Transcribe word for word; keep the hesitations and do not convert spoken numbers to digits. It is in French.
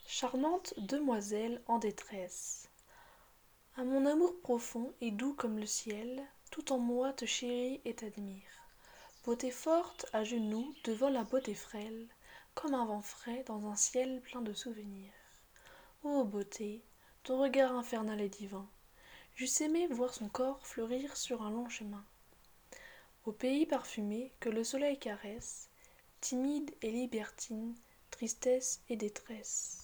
Charmante demoiselle en détresse. À mon amour profond et doux comme le ciel, tout en moi te chérit et t'admire. Beauté forte à genoux devant la beauté frêle, comme un vent frais dans un ciel plein de souvenirs. Ô beauté, ton regard infernal et divin, j'eusse aimé voir son corps fleurir sur un long chemin. Au pays parfumé que le soleil caresse, timide et libertine, tristesse et détresse.